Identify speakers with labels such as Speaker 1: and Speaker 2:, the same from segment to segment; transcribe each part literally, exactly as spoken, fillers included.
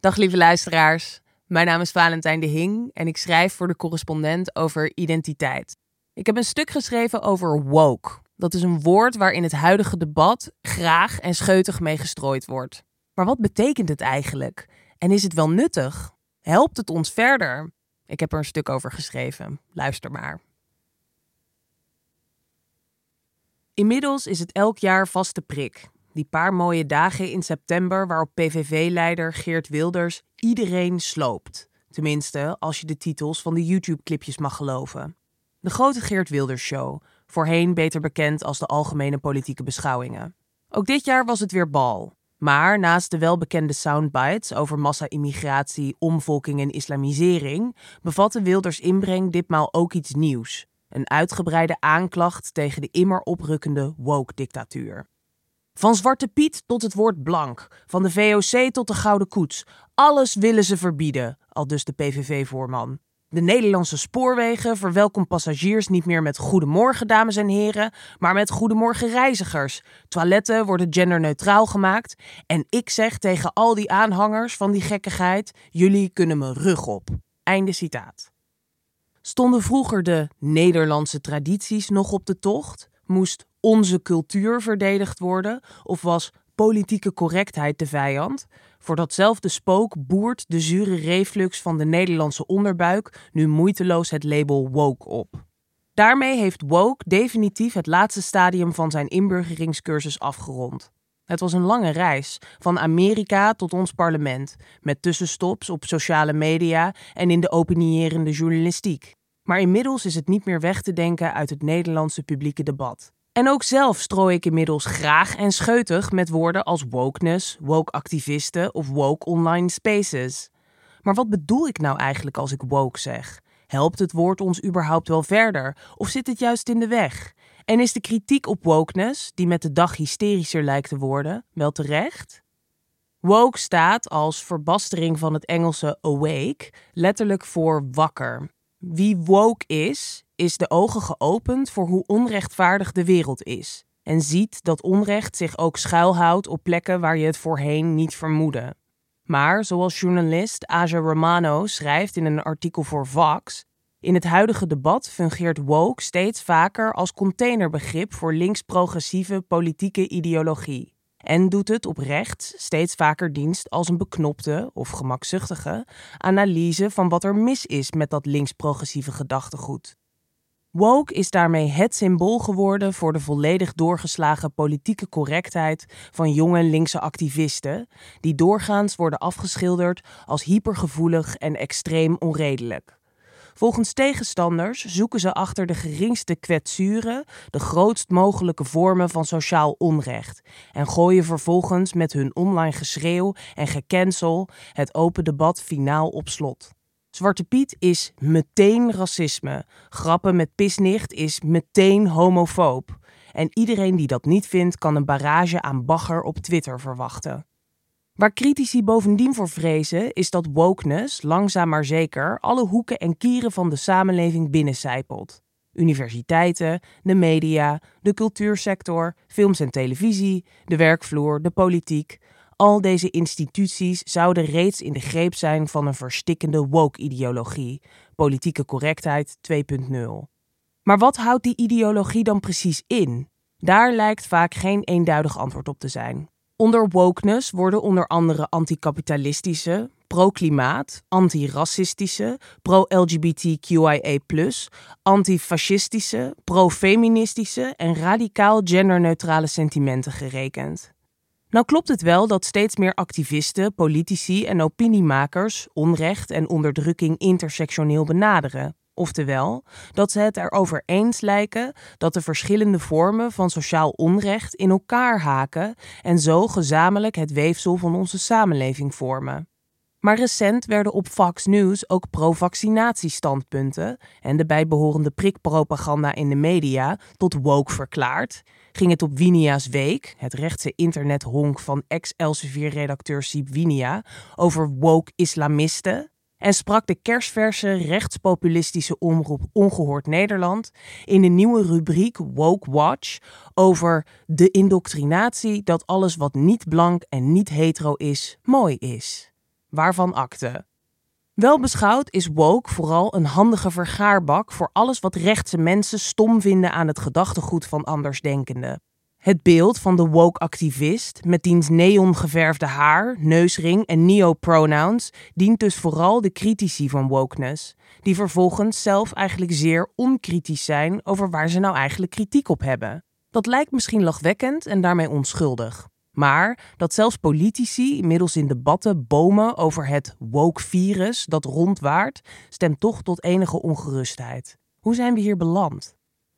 Speaker 1: Dag lieve luisteraars, mijn naam is Valentijn de Hing en ik schrijf voor de Correspondent over identiteit. Ik heb een stuk geschreven over woke. Dat is een woord waar in het huidige debat graag en scheutig mee gestrooid wordt. Maar wat betekent het eigenlijk? En is het wel nuttig? Helpt het ons verder? Ik heb er een stuk over geschreven. Luister maar. Inmiddels is het elk jaar vaste prik. Die paar mooie dagen in september waarop P V V-leider Geert Wilders iedereen sloopt. Tenminste, als je de titels van de YouTube-clipjes mag geloven. De grote Geert Wilders Show, voorheen beter bekend als de algemene politieke beschouwingen. Ook dit jaar was het weer bal. Maar naast de welbekende soundbites over massa-immigratie, omvolking en islamisering, bevatte Wilders' inbreng ditmaal ook iets nieuws. Een uitgebreide aanklacht tegen de immer oprukkende woke-dictatuur. Van Zwarte Piet tot het woord blank, van de V O C tot de Gouden Koets. Alles willen ze verbieden, aldus de P V V-voorman. De Nederlandse spoorwegen verwelkomt passagiers niet meer met goedemorgen dames en heren, maar met goedemorgen reizigers. Toiletten worden genderneutraal gemaakt. En ik zeg tegen al die aanhangers van die gekkigheid, jullie kunnen me rug op. Einde citaat. Stonden vroeger de Nederlandse tradities nog op de tocht? Moest onze cultuur verdedigd worden? Of was politieke correctheid de vijand? Voor datzelfde spook boert de zure reflux van de Nederlandse onderbuik nu moeiteloos het label woke op. Daarmee heeft woke definitief het laatste stadium van zijn inburgeringscursus afgerond. Het was een lange reis, van Amerika tot ons parlement, met tussenstops op sociale media en in de opinierende journalistiek. Maar inmiddels is het niet meer weg te denken uit het Nederlandse publieke debat. En ook zelf strooi ik inmiddels graag en scheutig met woorden als wokeness, woke-activisten of woke online spaces. Maar wat bedoel ik nou eigenlijk als ik woke zeg? Helpt het woord ons überhaupt wel verder? Of zit het juist in de weg? En is de kritiek op wokeness, die met de dag hysterischer lijkt te worden, wel terecht? Woke staat als verbastering van het Engelse awake letterlijk voor wakker. Wie woke is, is de ogen geopend voor hoe onrechtvaardig de wereld is. En ziet dat onrecht zich ook schuilhoudt op plekken waar je het voorheen niet vermoedde. Maar, zoals journalist Aja Romano schrijft in een artikel voor Vox, in het huidige debat fungeert woke steeds vaker als containerbegrip voor links-progressieve politieke ideologie. En doet het op rechts steeds vaker dienst als een beknopte of gemakzuchtige analyse van wat er mis is met dat links-progressieve gedachtegoed. Woke is daarmee het symbool geworden voor de volledig doorgeslagen politieke correctheid van jonge linkse activisten, die doorgaans worden afgeschilderd als hypergevoelig en extreem onredelijk. Volgens tegenstanders zoeken ze achter de geringste kwetsuren de grootst mogelijke vormen van sociaal onrecht en gooien vervolgens met hun online geschreeuw en gecancel het open debat finaal op slot. Zwarte Piet is meteen racisme, grappen met pisnicht is meteen homofoob. En iedereen die dat niet vindt kan een barrage aan bagger op Twitter verwachten. Waar critici bovendien voor vrezen is dat wokeness langzaam maar zeker alle hoeken en kieren van de samenleving binnencijpelt. Universiteiten, de media, de cultuursector, films en televisie, de werkvloer, de politiek. Al deze instituties zouden reeds in de greep zijn van een verstikkende woke-ideologie, politieke correctheid twee punt nul. Maar wat houdt die ideologie dan precies in? Daar lijkt vaak geen eenduidig antwoord op te zijn. Onder wokeness worden onder andere anticapitalistische, pro-klimaat, anti-racistische, pro-L G B T Q I A plus, antifascistische, pro-feministische en radicaal genderneutrale sentimenten gerekend. Nou klopt het wel dat steeds meer activisten, politici en opiniemakers onrecht en onderdrukking intersectioneel benaderen. Oftewel, dat ze het erover eens lijken dat de verschillende vormen van sociaal onrecht in elkaar haken en zo gezamenlijk het weefsel van onze samenleving vormen. Maar recent werden op Fox News ook pro-vaccinatiestandpunten en de bijbehorende prikpropaganda in de media tot woke verklaard. Ging het op Winia's Week, het rechtse internethonk van ex-Elsevier-redacteur Siep Winia, over woke islamisten. En sprak de kersverse rechtspopulistische omroep Ongehoord Nederland in de nieuwe rubriek Woke Watch over de indoctrinatie dat alles wat niet blank en niet hetero is, mooi is. waarvan akte. Wel beschouwd is woke vooral een handige vergaarbak voor alles wat rechtse mensen stom vinden aan het gedachtegoed van andersdenkenden. Het beeld van de woke-activist met diens neongeverfde haar, neusring en neo-pronouns dient dus vooral de critici van wokeness, die vervolgens zelf eigenlijk zeer onkritisch zijn over waar ze nou eigenlijk kritiek op hebben. Dat lijkt misschien lachwekkend en daarmee onschuldig. Maar dat zelfs politici inmiddels in debatten bomen over het woke-virus dat rondwaart, stemt toch tot enige ongerustheid. Hoe zijn we hier beland?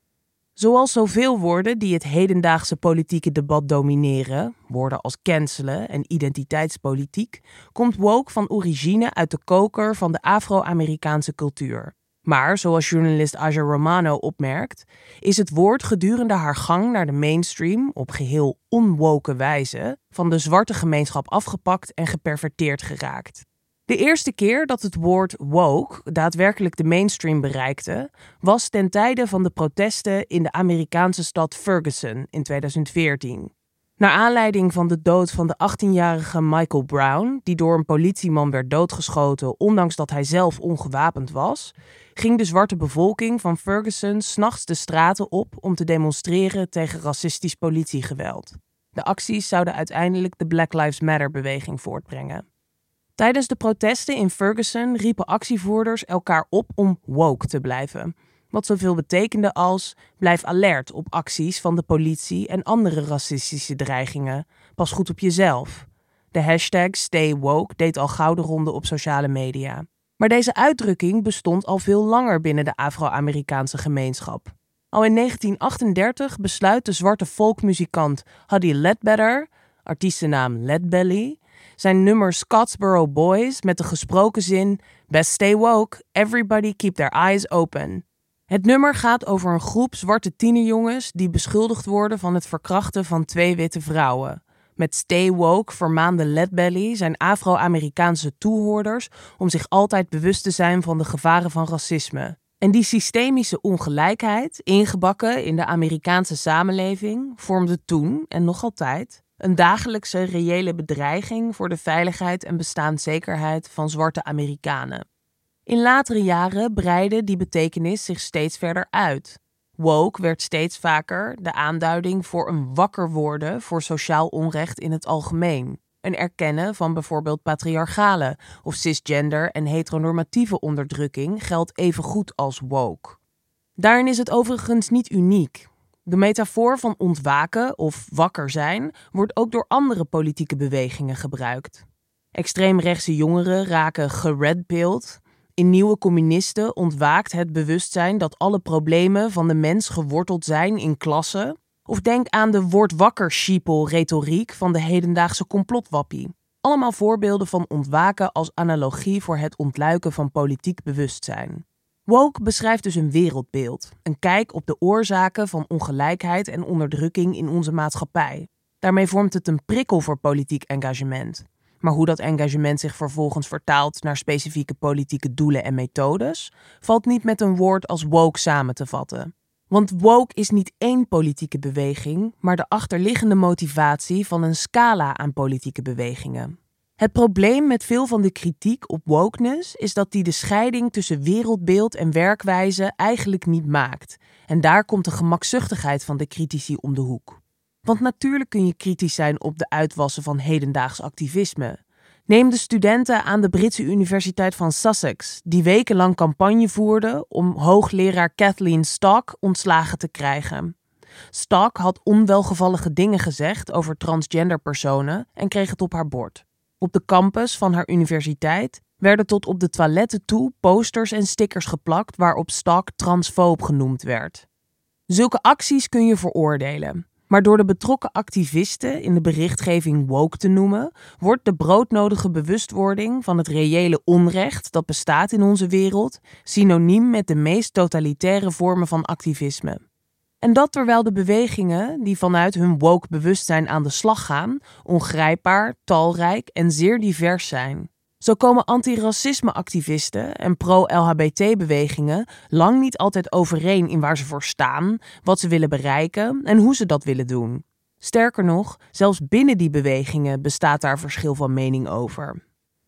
Speaker 1: Zoals zoveel woorden die het hedendaagse politieke debat domineren, woorden als cancelen en identiteitspolitiek, komt woke van origine uit de koker van de Afro-Amerikaanse cultuur. Maar, zoals journalist Aja Romano opmerkt, is het woord gedurende haar gang naar de mainstream op geheel onwoke wijze van de zwarte gemeenschap afgepakt en geperverteerd geraakt. De eerste keer dat het woord woke daadwerkelijk de mainstream bereikte, was ten tijde van de protesten in de Amerikaanse stad Ferguson in tweeduizend veertien. Naar aanleiding van de dood van de achttienjarige Michael Brown, die door een politieman werd doodgeschoten ondanks dat hij zelf ongewapend was, ging de zwarte bevolking van Ferguson 's nachts de straten op om te demonstreren tegen racistisch politiegeweld. De acties zouden uiteindelijk de Black Lives Matter-beweging voortbrengen. Tijdens de protesten in Ferguson riepen actievoerders elkaar op om woke te blijven. Wat zoveel betekende als blijf alert op acties van de politie en andere racistische dreigingen. Pas goed op jezelf. De hashtag Stay Woke deed al gauw de ronde op sociale media. Maar deze uitdrukking bestond al veel langer binnen de Afro-Amerikaanse gemeenschap. Al in negentien achtendertig besluit de zwarte folkmuzikant Huddie Ledbetter, artiestennaam Leadbelly, zijn nummer Scottsboro Boys met de gesproken zin Best stay woke, everybody keep their eyes open. Het nummer gaat over een groep zwarte tienerjongens die beschuldigd worden van het verkrachten van twee witte vrouwen. Met Stay Woke vermaande Leadbelly zijn Afro-Amerikaanse toehoorders om zich altijd bewust te zijn van de gevaren van racisme. En die systemische ongelijkheid, ingebakken in de Amerikaanse samenleving, vormde toen, en nog altijd, een dagelijkse reële bedreiging voor de veiligheid en bestaanszekerheid van zwarte Amerikanen. In latere jaren breidde die betekenis zich steeds verder uit. Woke werd steeds vaker de aanduiding voor een wakker worden voor sociaal onrecht in het algemeen. Een erkennen van bijvoorbeeld patriarchale of cisgender en heteronormatieve onderdrukking geldt evengoed als woke. Daarin is het overigens niet uniek. De metafoor van ontwaken of wakker zijn wordt ook door andere politieke bewegingen gebruikt. Extreemrechtse jongeren raken geredpilled. In Nieuwe Communisten ontwaakt het bewustzijn dat alle problemen van de mens geworteld zijn in klasse. Of denk aan de word wakker sheeple retoriek van de hedendaagse complotwappie. Allemaal voorbeelden van ontwaken als analogie voor het ontluiken van politiek bewustzijn. Woke beschrijft dus een wereldbeeld, een kijk op de oorzaken van ongelijkheid en onderdrukking in onze maatschappij. Daarmee vormt het een prikkel voor politiek engagement. Maar hoe dat engagement zich vervolgens vertaalt naar specifieke politieke doelen en methodes, valt niet met een woord als woke samen te vatten. Want woke is niet één politieke beweging, maar de achterliggende motivatie van een scala aan politieke bewegingen. Het probleem met veel van de kritiek op wokeness is dat die de scheiding tussen wereldbeeld en werkwijze eigenlijk niet maakt. En daar komt de gemakzuchtigheid van de critici om de hoek. Want natuurlijk kun je kritisch zijn op de uitwassen van hedendaags activisme. Neem de studenten aan de Britse Universiteit van Sussex, die wekenlang campagne voerden om hoogleraar Kathleen Stock ontslagen te krijgen. Stock had onwelgevallige dingen gezegd over transgender personen en kreeg het op haar bord. Op de campus van haar universiteit werden tot op de toiletten toe posters en stickers geplakt waarop Stock transfoob genoemd werd. Zulke acties kun je veroordelen. Maar door de betrokken activisten in de berichtgeving woke te noemen, wordt de broodnodige bewustwording van het reële onrecht dat bestaat in onze wereld synoniem met de meest totalitaire vormen van activisme. En dat terwijl de bewegingen die vanuit hun woke bewustzijn aan de slag gaan, ongrijpbaar, talrijk en zeer divers zijn. Zo komen antiracisme-activisten en pro-L H B T-bewegingen lang niet altijd overeen in waar ze voor staan, wat ze willen bereiken en hoe ze dat willen doen. Sterker nog, zelfs binnen die bewegingen bestaat daar verschil van mening over.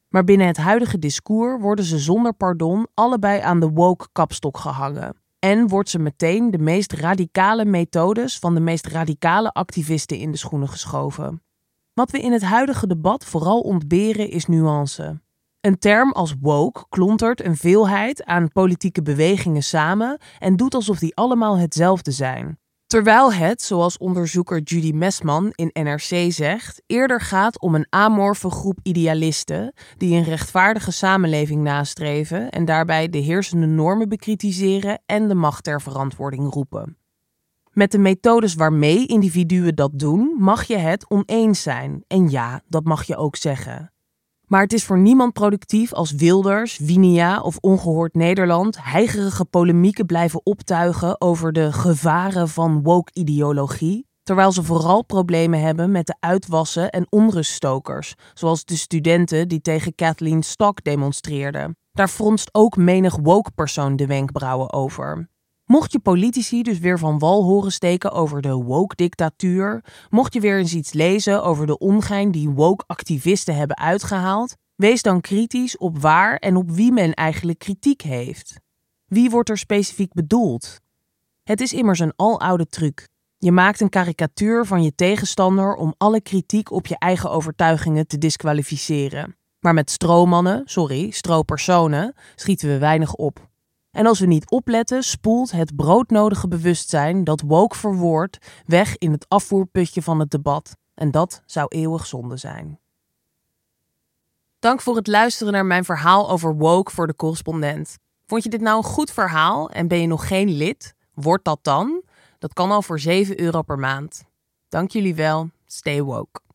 Speaker 1: Maar binnen het huidige discours worden ze zonder pardon allebei aan de woke kapstok gehangen. En wordt ze meteen de meest radicale methodes van de meest radicale activisten in de schoenen geschoven. Wat we in het huidige debat vooral ontberen is nuance. Een term als woke klontert een veelheid aan politieke bewegingen samen en doet alsof die allemaal hetzelfde zijn. Terwijl het, zoals onderzoeker Judy Messman in N R C zegt, eerder gaat om een amorfe groep idealisten die een rechtvaardige samenleving nastreven en daarbij de heersende normen bekritiseren en de macht ter verantwoording roepen. Met de methodes waarmee individuen dat doen, mag je het oneens zijn. En ja, dat mag je ook zeggen. Maar het is voor niemand productief als Wilders, Wijnia of Ongehoord Nederland heigerige polemieken blijven optuigen over de gevaren van woke-ideologie, terwijl ze vooral problemen hebben met de uitwassen en onruststokers, zoals de studenten die tegen Kathleen Stock demonstreerden. Daar fronst ook menig woke-persoon de wenkbrauwen over. Mocht je politici dus weer van wal horen steken over de woke-dictatuur, mocht je weer eens iets lezen over de ongein die woke-activisten hebben uitgehaald, wees dan kritisch op waar en op wie men eigenlijk kritiek heeft. Wie wordt er specifiek bedoeld? Het is immers een aloude truc. Je maakt een karikatuur van je tegenstander om alle kritiek op je eigen overtuigingen te diskwalificeren. Maar met stroommannen, sorry, stropersonen, schieten we weinig op. En als we niet opletten, spoelt het broodnodige bewustzijn dat woke verwoordt weg in het afvoerputje van het debat. En dat zou eeuwig zonde zijn. Dank voor het luisteren naar mijn verhaal over woke voor de correspondent. Vond je dit nou een goed verhaal en ben je nog geen lid? Word dat dan. Dat kan al voor zeven euro per maand. Dank jullie wel. Stay woke.